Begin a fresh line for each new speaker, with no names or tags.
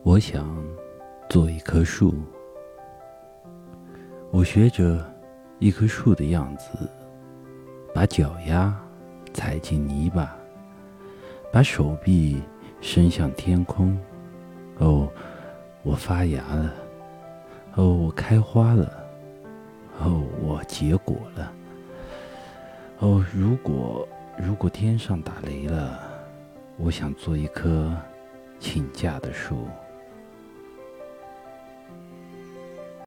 我想做一棵树，我学着一棵树的样子，把脚丫踩进泥巴，把手臂伸向天空。哦，我发芽了，哦，我开花了，哦，我结果了。哦，如果天上打雷了，我想做一棵请假的树。